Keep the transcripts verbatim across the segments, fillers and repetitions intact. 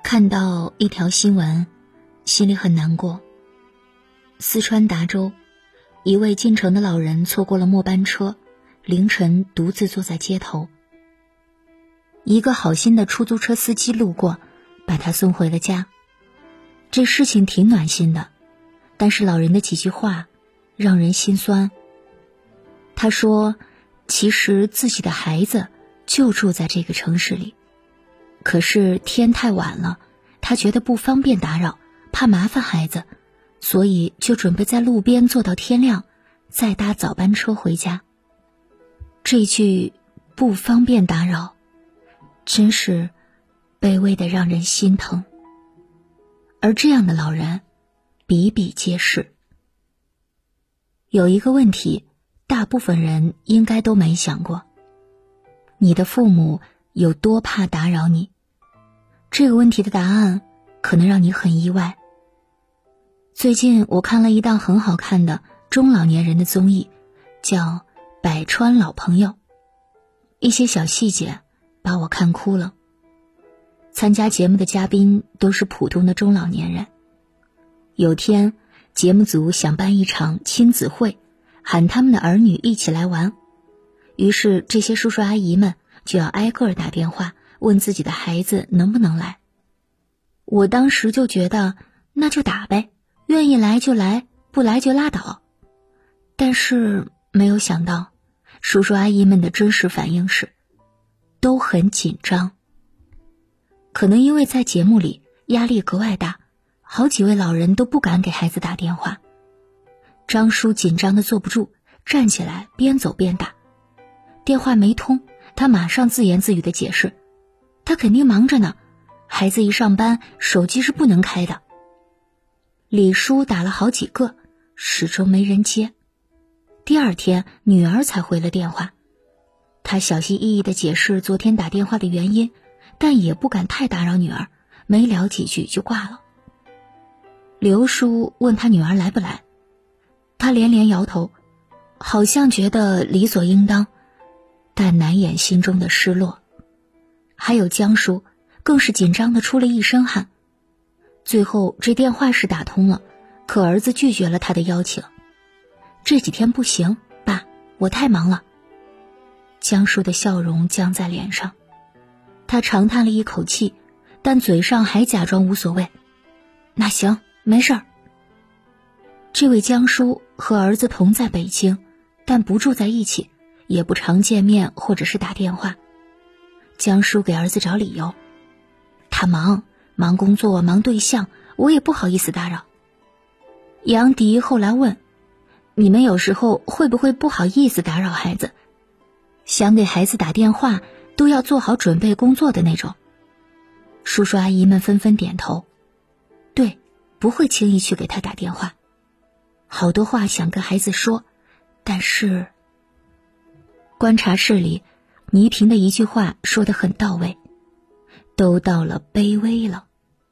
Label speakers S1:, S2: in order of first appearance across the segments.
S1: 看到一条新闻，心里很难过。四川达州，一位进城的老人错过了末班车，凌晨独自坐在街头。一个好心的出租车司机路过，把他送回了家。这事情挺暖心的，但是老人的几句话让人心酸。他说，其实自己的孩子就住在这个城市里，可是天太晚了，他觉得不方便打扰，怕麻烦孩子，所以就准备在路边坐到天亮，再搭早班车回家。这句不方便打扰，真是卑微的让人心疼。而这样的老人比比皆是。有一个问题，大部分人应该都没想过，你的父母有多怕打扰你？这个问题的答案可能让你很意外。最近我看了一档很好看的中老年人的综艺，叫《百川老朋友》，一些小细节把我看哭了。参加节目的嘉宾都是普通的中老年人。有天，节目组想办一场亲子会，喊他们的儿女一起来玩，于是这些叔叔阿姨们就要挨个打电话问自己的孩子能不能来。我当时就觉得那就打呗，愿意来就来，不来就拉倒。但是没有想到，叔叔阿姨们的真实反应是都很紧张。可能因为在节目里压力格外大，好几位老人都不敢给孩子打电话。张叔紧张的坐不住，站起来边走边打。电话没通，他马上自言自语的解释，他肯定忙着呢，孩子一上班手机是不能开的。李叔打了好几个，始终没人接。第二天女儿才回了电话，他小心翼翼地解释昨天打电话的原因，但也不敢太打扰女儿，没聊几句就挂了。刘叔问他女儿来不来，他连连摇头，好像觉得理所应当，但难掩心中的失落。还有江叔更是紧张的出了一身汗。最后这电话是打通了，可儿子拒绝了他的邀请。这几天不行，爸，我太忙了。江叔的笑容僵在脸上，他长叹了一口气，但嘴上还假装无所谓。那行，没事儿。这位江叔和儿子同在北京，但不住在一起，也不常见面或者是打电话。江叔给儿子找理由，他忙，忙工作，忙对象，我也不好意思打扰。杨迪后来问，你们有时候会不会不好意思打扰孩子？想给孩子打电话都要做好准备工作的那种。叔叔阿姨们纷纷点头，对，不会轻易去给他打电话。好多话想跟孩子说，但是……观察室里，倪萍的一句话说得很到位，都到了卑微了。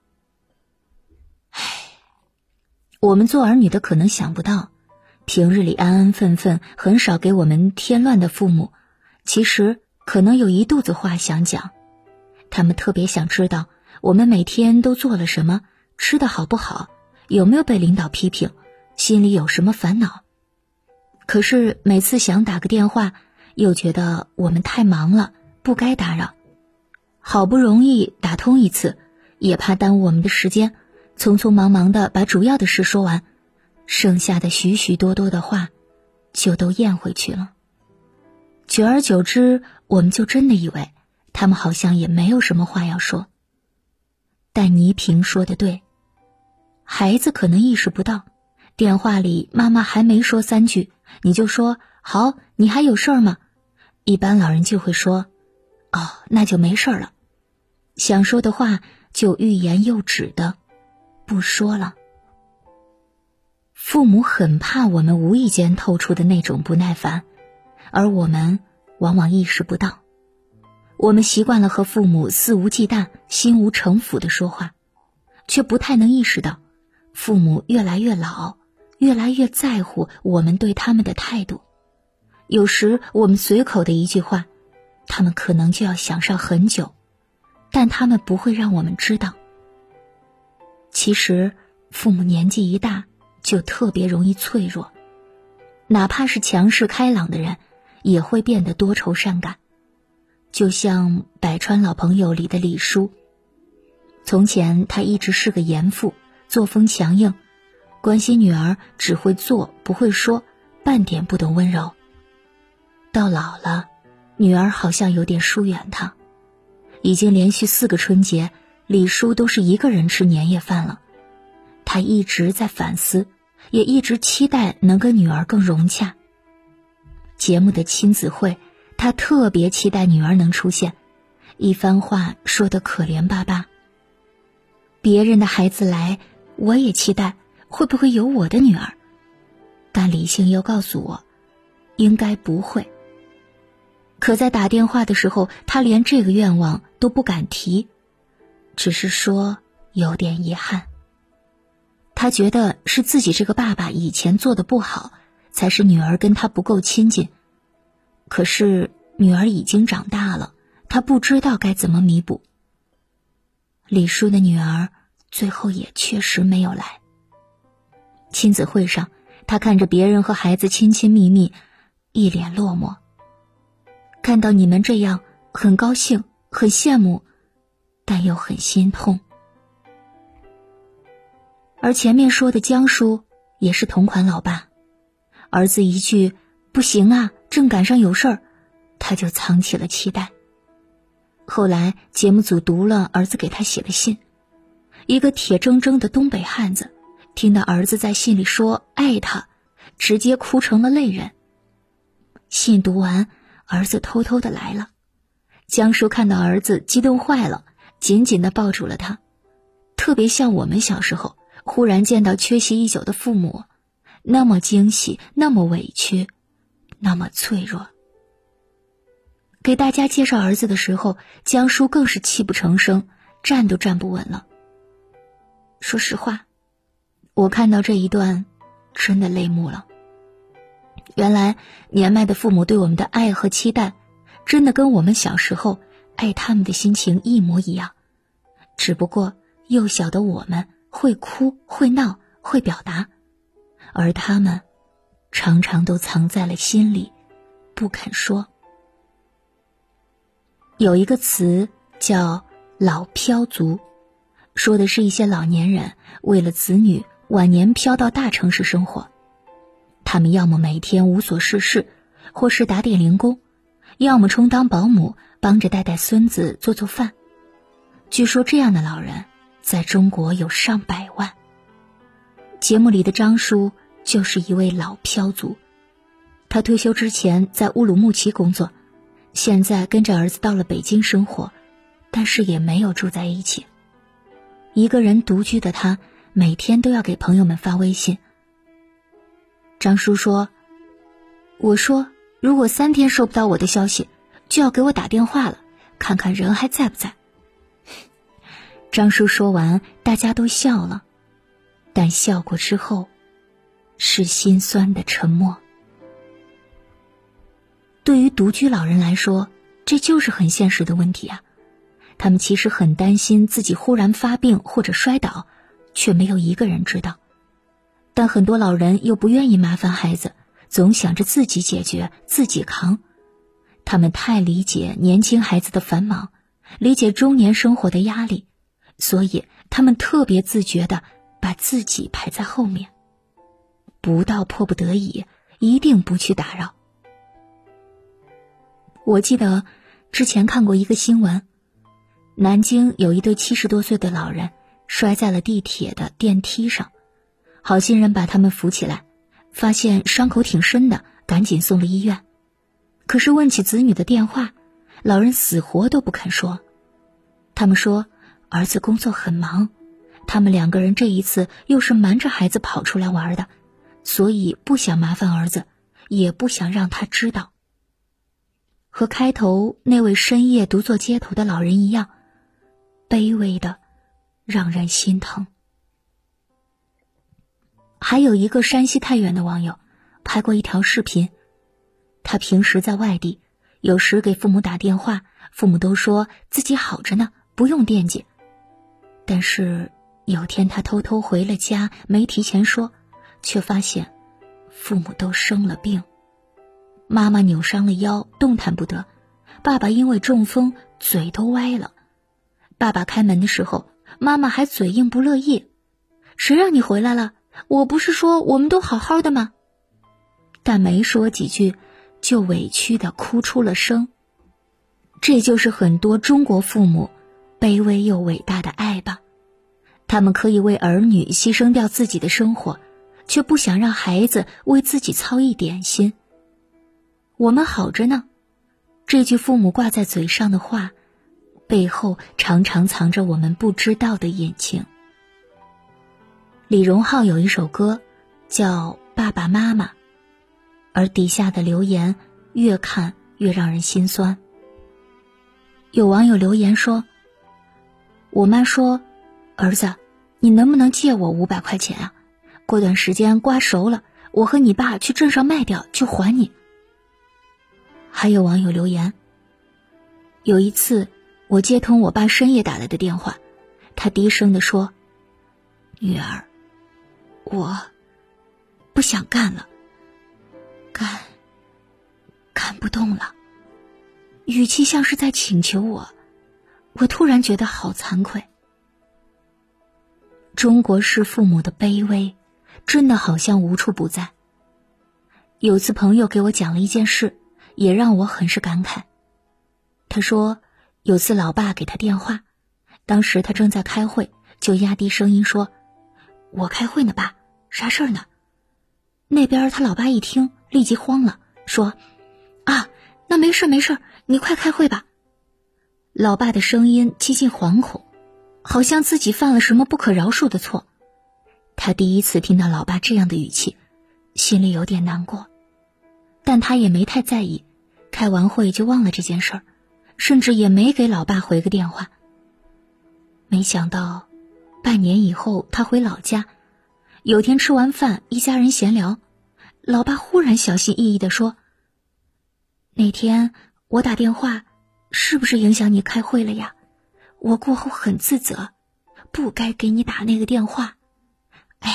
S1: 唉，我们做儿女的可能想不到，平日里安安分分，很少给我们添乱的父母，其实可能有一肚子话想讲。他们特别想知道我们每天都做了什么，吃得好不好，有没有被领导批评，心里有什么烦恼。可是每次想打个电话，又觉得我们太忙了，不该打扰。好不容易打通一次，也怕耽误我们的时间，匆匆忙忙地把主要的事说完，剩下的许许多多的话就都咽回去了。久而久之，我们就真的以为他们好像也没有什么话要说。但倪萍说的对，孩子可能意识不到，电话里妈妈还没说三句，你就说好，你还有事儿吗？一般老人就会说，哦，那就没事了。想说的话就欲言又止的不说了。父母很怕我们无意间透出的那种不耐烦，而我们往往意识不到。我们习惯了和父母肆无忌惮、心无城府的说话，却不太能意识到父母越来越老，越来越在乎我们对他们的态度。有时我们随口的一句话，他们可能就要想上很久，但他们不会让我们知道， 其实父母年纪一大就特别容易脆弱，哪怕是强势开朗的人也会变得多愁善感。就像《百川老朋友》里的李叔，从前他一直是个严父，作风强硬，关心女儿只会做不会说，半点不懂温柔。到老了，女儿好像有点疏远他，已经连续四个春节，李叔都是一个人吃年夜饭了。他一直在反思，也一直期待能跟女儿更融洽。节目的亲子会，他特别期待女儿能出现，一番话说得可怜巴巴。别人的孩子来，我也期待会不会有我的女儿，但理性又告诉我，应该不会。可在打电话的时候，他连这个愿望都不敢提，只是说有点遗憾。他觉得是自己这个爸爸以前做的不好，才是女儿跟他不够亲近。可是女儿已经长大了，他不知道该怎么弥补。李叔的女儿最后也确实没有来。亲子会上，他看着别人和孩子亲亲密密，一脸落寞。看到你们这样，很高兴，很羡慕，但又很心痛。而前面说的江叔也是同款老爸，儿子一句不行啊，正赶上有事儿，他就藏起了期待。后来节目组读了儿子给他写的信，一个铁铮铮的东北汉子，听到儿子在信里说爱他，直接哭成了泪人。信读完，儿子偷偷的来了，江叔看到儿子激动坏了，紧紧地抱住了他，特别像我们小时候忽然见到缺席已久的父母，那么惊喜，那么委屈，那么脆弱。给大家介绍儿子的时候，江叔更是泣不成声，站都站不稳了。说实话，我看到这一段真的泪目了。原来年迈的父母对我们的爱和期待，真的跟我们小时候爱他们的心情一模一样，只不过幼小的我们会哭会闹会表达，而他们常常都藏在了心里不肯说。有一个词叫老漂族，说的是一些老年人为了子女晚年飘到大城市生活，他们要么每天无所事事，或是打点零工，要么充当保姆，帮着带带孙子做做饭。据说这样的老人在中国有上百万。节目里的张叔就是一位老漂族，他退休之前在乌鲁木齐工作，现在跟着儿子到了北京生活，但是也没有住在一起。一个人独居的他，每天都要给朋友们发微信。张叔说，我说如果三天收不到我的消息，就要给我打电话了，看看人还在不在。张叔说完，大家都笑了，但笑过之后是心酸的沉默。对于独居老人来说，这就是很现实的问题啊。他们其实很担心自己忽然发病或者摔倒，却没有一个人知道。但很多老人又不愿意麻烦孩子，总想着自己解决，自己扛。他们太理解年轻孩子的繁忙，理解中年生活的压力，所以他们特别自觉地把自己排在后面，不到迫不得已，一定不去打扰。我记得之前看过一个新闻，南京有一对七十多岁的老人摔在了地铁的电梯上，好心人把他们扶起来，发现伤口挺深的，赶紧送了医院。可是问起子女的电话，老人死活都不肯说。他们说儿子工作很忙，他们两个人这一次又是瞒着孩子跑出来玩的，所以不想麻烦儿子，也不想让他知道。和开头那位深夜独坐街头的老人一样，卑微的让人心疼。还有一个山西太原的网友拍过一条视频，他平时在外地，有时给父母打电话，父母都说自己好着呢，不用惦记。但是有天他偷偷回了家，没提前说，却发现父母都生了病。妈妈扭伤了腰，动弹不得，爸爸因为中风嘴都歪了。爸爸开门的时候，妈妈还嘴硬不乐意，谁让你回来了？我不是说我们都好好的吗？但没说几句就委屈地哭出了声。这就是很多中国父母卑微又伟大的爱吧。他们可以为儿女牺牲掉自己的生活，却不想让孩子为自己操一点心。我们好着呢，这句父母挂在嘴上的话，背后常常藏着我们不知道的隐情。李荣浩有一首歌叫《爸爸妈妈》，而底下的留言越看越让人心酸。有网友留言说，我妈说，儿子，你能不能借我五百块钱啊？过段时间瓜熟了，我和你爸去镇上卖掉就还你。还有网友留言，有一次我接通我爸深夜打来的电话，他低声地说，女儿，我不想干了，干干不动了，语气像是在请求我。我突然觉得好惭愧。中国式父母的卑微真的好像无处不在。有次朋友给我讲了一件事，也让我很是感慨。他说有次老爸给他电话，当时他正在开会，就压低声音说，我开会呢爸，啥事儿呢？那边他老爸一听立即慌了，说，啊，那没事没事，你快开会吧。老爸的声音几近惶恐，好像自己犯了什么不可饶恕的错。他第一次听到老爸这样的语气，心里有点难过，但他也没太在意，开完会就忘了这件事儿，甚至也没给老爸回个电话。没想到半年以后他回老家，有天吃完饭一家人闲聊，老爸忽然小心翼翼地说，那天我打电话是不是影响你开会了呀？我过后很自责，不该给你打那个电话。哎，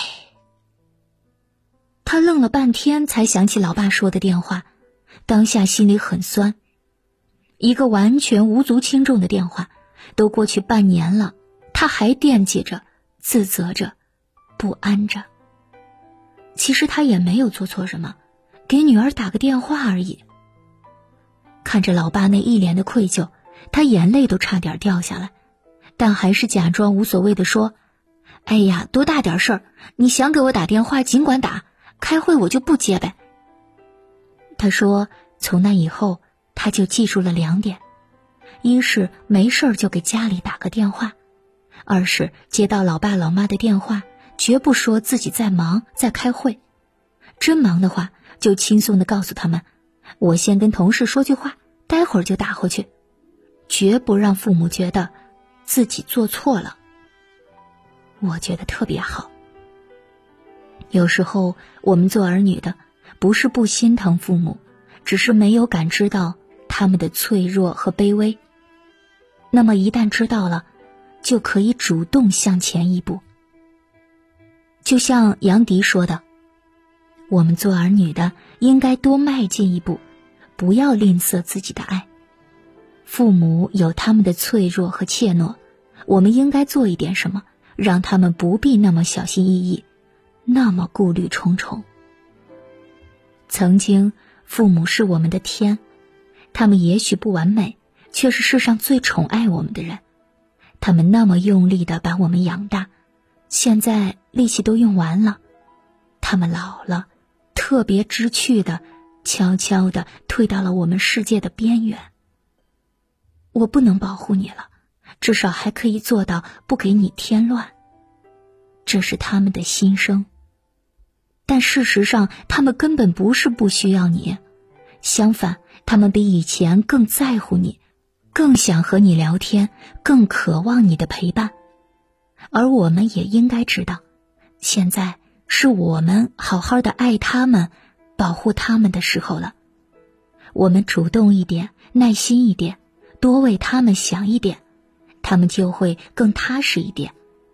S1: 他愣了半天才想起老爸说的电话，当下心里很酸。一个完全无足轻重的电话，都过去半年了，他还惦记着，自责着，不安着。其实他也没有做错什么，给女儿打个电话而已。看着老爸那一脸的愧疚，他眼泪都差点掉下来，但还是假装无所谓地说，哎呀，多大点事儿，你想给我打电话尽管打，开会我就不接呗。他说从那以后他就记住了两点，一是没事儿就给家里打个电话，二是接到老爸老妈的电话绝不说自己在忙在开会，真忙的话就轻松地告诉他们，我先跟同事说句话，待会儿就打回去，绝不让父母觉得自己做错了。我觉得特别好。有时候我们做儿女的不是不心疼父母，只是没有感知到他们的脆弱和卑微。那么一旦知道了，就可以主动向前一步。就像杨迪说的，我们做儿女的应该多迈进一步，不要吝啬自己的爱。父母有他们的脆弱和怯懦，我们应该做一点什么，让他们不必那么小心翼翼，那么顾虑重重。曾经父母是我们的天，他们也许不完美，却是世上最宠爱我们的人。他们那么用力地把我们养大，现在力气都用完了，他们老了，特别知趣地悄悄地退到了我们世界的边缘。我不能保护你了，至少还可以做到不给你添乱。这是他们的心声。但事实上他们根本不是不需要你，相反，他们比以前更在乎你，更想和你聊天，更渴望你的陪伴。而我们也应该知道，现在是我们好好的爱他们，保护他们的时候了。我们主动一点，耐心一点，多为他们想一点，他们就会更踏实一点，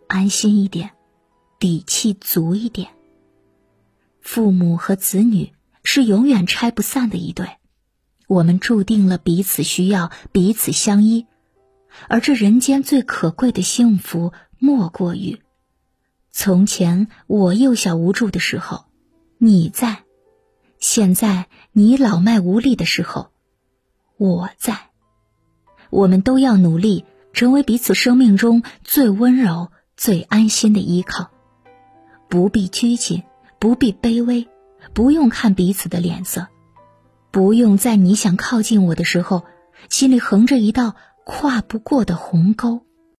S1: 安心一点，底气足一点。父母和子女是永远拆不散的一对，我们注定了彼此需要，彼此相依。而这人间最可贵的幸福，莫过于从前我幼小无助的时候你在，现在你老迈无力的时候我在。我们都要努力成为彼此生命中最温柔最安心的依靠，不必拘谨，不必卑微，不用看彼此的脸色，不用在你想靠近我的时候心里横着一道跨不过的鸿沟。